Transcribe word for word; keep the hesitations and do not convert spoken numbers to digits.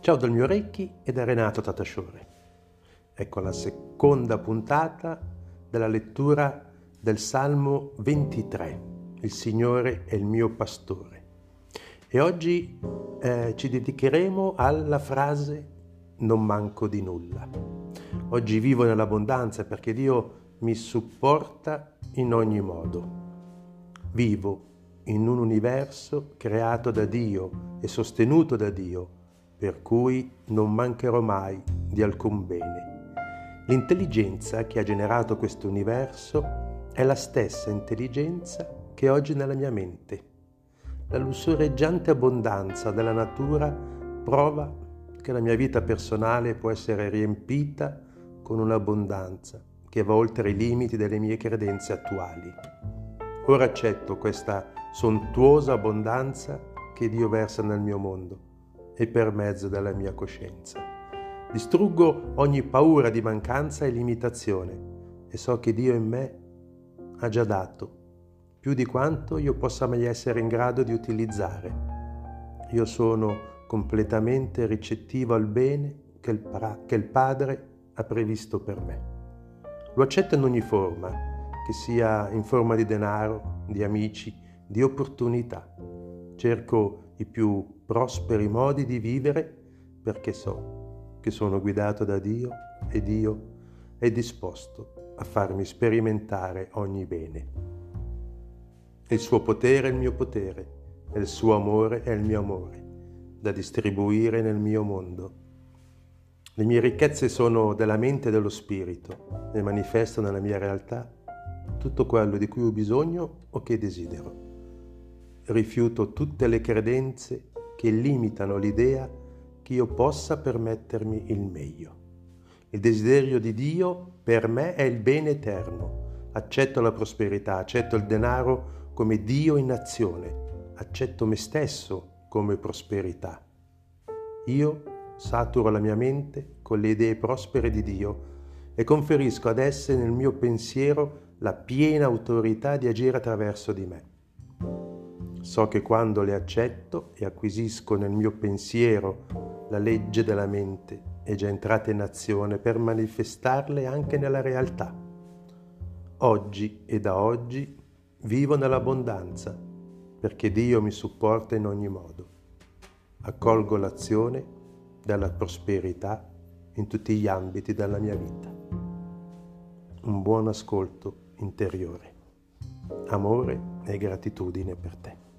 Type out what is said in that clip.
Ciao dal mio Recchi e da Renato Tatasciore. Ecco la seconda puntata della lettura del Salmo ventitré, Il Signore è il mio pastore. E oggi eh, ci dedicheremo alla frase non manco di nulla. Oggi vivo nell'abbondanza perché Dio mi supporta in ogni modo. Vivo in un universo creato da Dio e sostenuto da Dio, per cui non mancherò mai di alcun bene. L'intelligenza che ha generato questo universo è la stessa intelligenza che oggi è nella mia mente. La lussureggiante abbondanza della natura prova che la mia vita personale può essere riempita con un'abbondanza che va oltre i limiti delle mie credenze attuali. Ora accetto questa sontuosa abbondanza che Dio versa nel mio mondo e per mezzo della mia coscienza. Distruggo ogni paura di mancanza e limitazione e so che Dio in me ha già dato più di quanto io possa mai essere in grado di utilizzare. Io sono completamente ricettivo al bene che il, pra- che il Padre ha previsto per me. Lo accetto in ogni forma, che sia in forma di denaro, di amici, di opportunità. Cerco i più prosperi modi di vivere perché so che sono guidato da Dio e Dio è disposto a farmi sperimentare ogni bene. Il suo potere è il mio potere e il suo amore è il mio amore, da distribuire nel mio mondo. Le mie ricchezze sono della mente e dello spirito e manifesto nella mia realtà tutto quello di cui ho bisogno o che desidero. Rifiuto tutte le credenze che limitano l'idea che io possa permettermi il meglio. Il desiderio di Dio per me è il bene eterno. Accetto la prosperità, accetto il denaro come Dio in azione, accetto me stesso come prosperità. Io saturo la mia mente con le idee prospere di Dio e conferisco ad esse nel mio pensiero la piena autorità di agire attraverso di me. So che quando le accetto e acquisisco nel mio pensiero la legge della mente è già entrata in azione per manifestarle anche nella realtà. Oggi e da oggi vivo nell'abbondanza perché Dio mi supporta in ogni modo. Accolgo l'azione della prosperità in tutti gli ambiti della mia vita. Un buon ascolto interiore. Amore e gratitudine per te.